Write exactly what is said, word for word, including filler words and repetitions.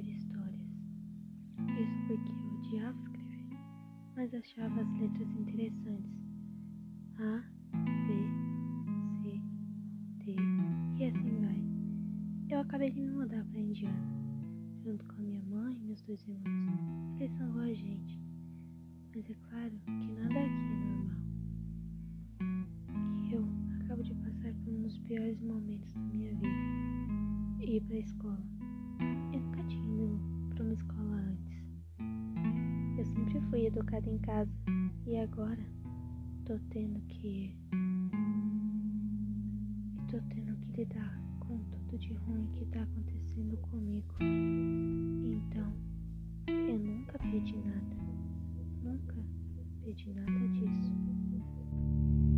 escrever histórias. Isso porque eu odiava escrever, mas achava as letras interessantes. A, B, C, D e assim vai. Eu acabei de me mudar para Indiana, junto com a minha mãe e meus dois irmãos. Eles são igual a gente, mas é claro que nada aqui é normal. E eu acabo de passar por um dos piores momentos da minha vida: ir para a escola. Eu nunca tinha ido para uma escola antes. Eu sempre fui educada em casa e agora tô tendo que e tô tendo que lidar com tudo de ruim que tá acontecendo comigo. Então, eu nunca pedi nada. Nunca pedi nada disso.